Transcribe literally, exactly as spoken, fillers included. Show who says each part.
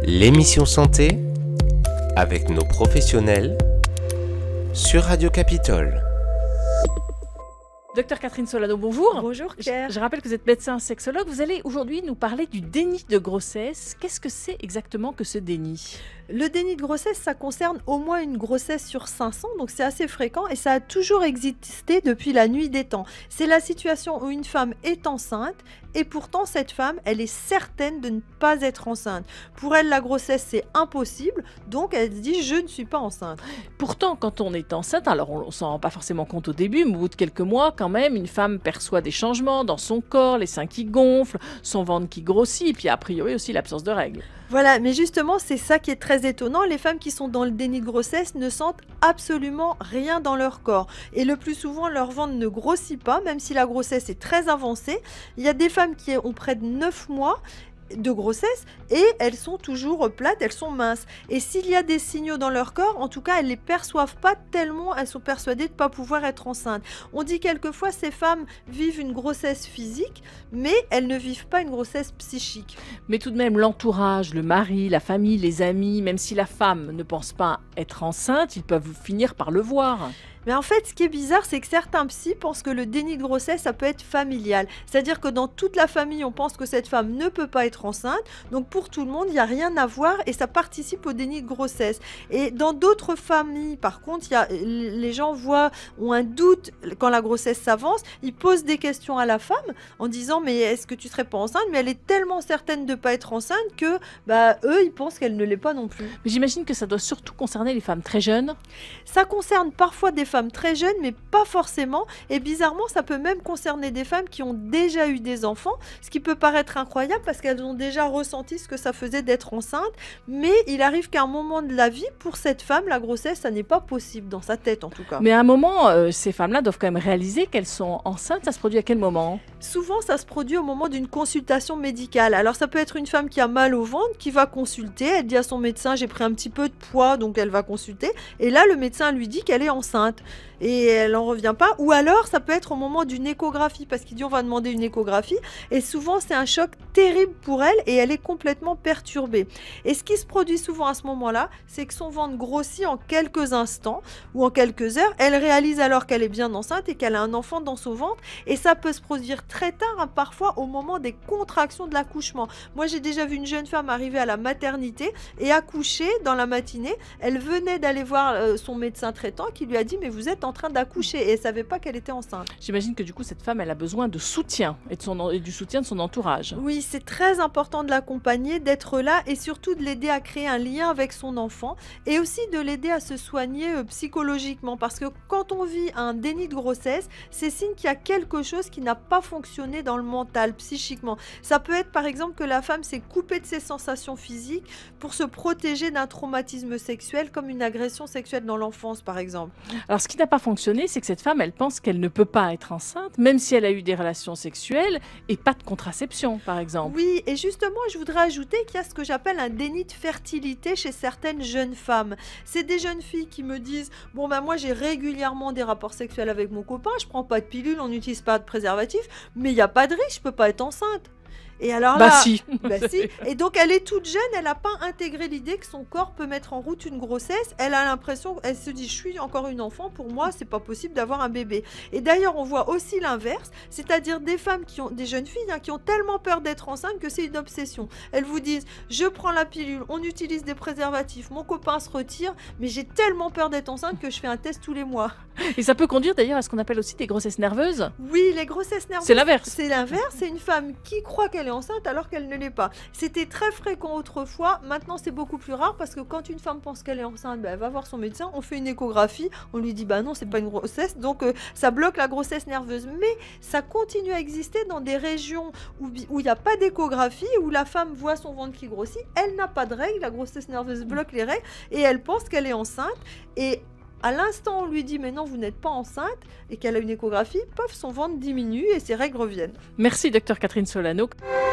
Speaker 1: L'émission santé avec nos professionnels sur Radio Capitole.
Speaker 2: Docteur Catherine Solano, bonjour.
Speaker 3: Bonjour Claire.
Speaker 2: Je, je rappelle que vous êtes médecin sexologue. Vous allez aujourd'hui nous parler du déni de grossesse. Qu'est-ce que c'est exactement que ce déni ?
Speaker 3: Le déni de grossesse, ça concerne au moins une grossesse sur cinq cents, donc c'est assez fréquent et ça a toujours existé depuis la nuit des temps. C'est la situation où une femme est enceinte et pourtant cette femme, elle est certaine de ne pas être enceinte. Pour elle, la grossesse, c'est impossible, donc elle se dit « je ne suis pas enceinte ».
Speaker 2: Pourtant, quand on est enceinte, alors on ne s'en rend pas forcément compte au début, mais au bout de quelques mois, quand même, une femme perçoit des changements dans son corps, les seins qui gonflent, son ventre qui grossit, et puis a priori aussi l'absence de règles.
Speaker 3: Voilà, mais justement, c'est ça qui est très étonnant. Les femmes qui sont dans le déni de grossesse ne sentent absolument rien dans leur corps. Et le plus souvent, leur ventre ne grossit pas, même si la grossesse est très avancée. Il y a des femmes qui ont près de neuf mois de grossesse et elles sont toujours plates, elles sont minces. Et s'il y a des signaux dans leur corps, en tout cas, elles ne les perçoivent pas tellement elles sont persuadées de ne pas pouvoir être enceintes. On dit quelquefois ces femmes vivent une grossesse physique, mais elles ne vivent pas une grossesse psychique.
Speaker 2: Mais tout de même, l'entourage, le mari, la famille, les amis, même si la femme ne pense pas être enceinte, ils peuvent finir par le voir.
Speaker 3: Mais en fait, ce qui est bizarre, c'est que certains psys pensent que le déni de grossesse, ça peut être familial. C'est-à-dire que dans toute la famille, on pense que cette femme ne peut pas être enceinte. Donc pour tout le monde, il n'y a rien à voir et ça participe au déni de grossesse. Et dans d'autres familles, par contre, il y a, les gens voient, ont un doute quand la grossesse s'avance. Ils posent des questions à la femme en disant « mais est-ce que tu ne serais pas enceinte ?» Mais elle est tellement certaine de ne pas être enceinte que bah, eux, ils pensent qu'elle ne l'est pas non plus.
Speaker 2: Mais j'imagine que ça doit surtout concerner les femmes très jeunes.
Speaker 3: Ça concerne parfois des femmes très jeunes, mais pas forcément. Et bizarrement, ça peut même concerner des femmes qui ont déjà eu des enfants, ce qui peut paraître incroyable parce qu'elles ont déjà ressenti ce que ça faisait d'être enceinte. Mais il arrive qu'à un moment de la vie, pour cette femme, la grossesse, ça n'est pas possible, dans sa tête en tout cas.
Speaker 2: Mais à un moment, euh, ces femmes-là doivent quand même réaliser qu'elles sont enceintes. Ça se produit à quel moment ?
Speaker 3: Souvent, ça se produit au moment d'une consultation médicale. Alors, ça peut être une femme qui a mal au ventre, qui va consulter. Elle dit à son médecin, j'ai pris un petit peu de poids, donc elle va consulter. Et là, le médecin lui dit qu'elle est enceinte. Et elle n'en revient pas. Ou alors, ça peut être au moment d'une échographie, parce qu'il dit on va demander une échographie. Et souvent, c'est un choc terrible pour elle et elle est complètement perturbée. Et ce qui se produit souvent à ce moment-là, c'est que son ventre grossit en quelques instants ou en quelques heures. Elle réalise alors qu'elle est bien enceinte et qu'elle a un enfant dans son ventre. Et ça peut se produire très tard, hein, parfois au moment des contractions de l'accouchement. Moi, j'ai déjà vu une jeune femme arriver à la maternité et accoucher dans la matinée. Elle venait d'aller voir euh, son médecin traitant qui lui a dit « mais vous êtes en train d'accoucher » et elle ne savait pas qu'elle était enceinte.
Speaker 2: J'imagine que du coup, cette femme, elle a besoin de soutien et, de son, et du soutien de son entourage.
Speaker 3: Oui, c'est très important de l'accompagner, d'être là et surtout de l'aider à créer un lien avec son enfant et aussi de l'aider à se soigner euh, psychologiquement parce que quand on vit un déni de grossesse, c'est signe qu'il y a quelque chose qui n'a pas fonctionné dans le mental, psychiquement. Ça peut être par exemple que la femme s'est coupée de ses sensations physiques pour se protéger d'un traumatisme sexuel comme une agression sexuelle dans l'enfance par exemple.
Speaker 2: Alors ce qui n'a pas fonctionné, c'est que cette femme, elle pense qu'elle ne peut pas être enceinte, même si elle a eu des relations sexuelles et pas de contraception, par exemple.
Speaker 3: Oui, et justement, je voudrais ajouter qu'il y a ce que j'appelle un déni de fertilité chez certaines jeunes femmes. C'est des jeunes filles qui me disent « Bon, ben moi, j'ai régulièrement des rapports sexuels avec mon copain, je prends pas de pilule, on n'utilise pas de préservatif, mais il n'y a pas de risque, je peux pas être enceinte. » Et alors
Speaker 2: bah
Speaker 3: là,
Speaker 2: si.
Speaker 3: bah si. Et donc elle est toute jeune, elle n'a pas intégré l'idée que son corps peut mettre en route une grossesse. Elle a l'impression, elle se dit, je suis encore une enfant, pour moi, c'est pas possible d'avoir un bébé. Et d'ailleurs, on voit aussi l'inverse, c'est-à-dire des femmes qui ont, des jeunes filles hein, qui ont tellement peur d'être enceintes que c'est une obsession. Elles vous disent, je prends la pilule, on utilise des préservatifs, mon copain se retire, mais j'ai tellement peur d'être enceinte que je fais un test tous les mois.
Speaker 2: Et ça peut conduire d'ailleurs à ce qu'on appelle aussi des grossesses nerveuses.
Speaker 3: Oui, les grossesses nerveuses.
Speaker 2: C'est l'inverse.
Speaker 3: C'est l'inverse, c'est une femme qui croit qu'elle est enceinte alors qu'elle ne l'est pas. C'était très fréquent autrefois, maintenant c'est beaucoup plus rare parce que quand une femme pense qu'elle est enceinte, ben, elle va voir son médecin, on fait une échographie, on lui dit bah non c'est pas une grossesse, donc euh, ça bloque la grossesse nerveuse. Mais ça continue à exister dans des régions où il n'y a pas d'échographie, où la femme voit son ventre qui grossit, elle n'a pas de règles, la grossesse nerveuse bloque les règles et elle pense qu'elle est enceinte et à l'instant, on lui dit « mais non, vous n'êtes pas enceinte » et qu'elle a une échographie, paf, son ventre diminue et ses règles reviennent.
Speaker 2: Merci, docteur Catherine Solano.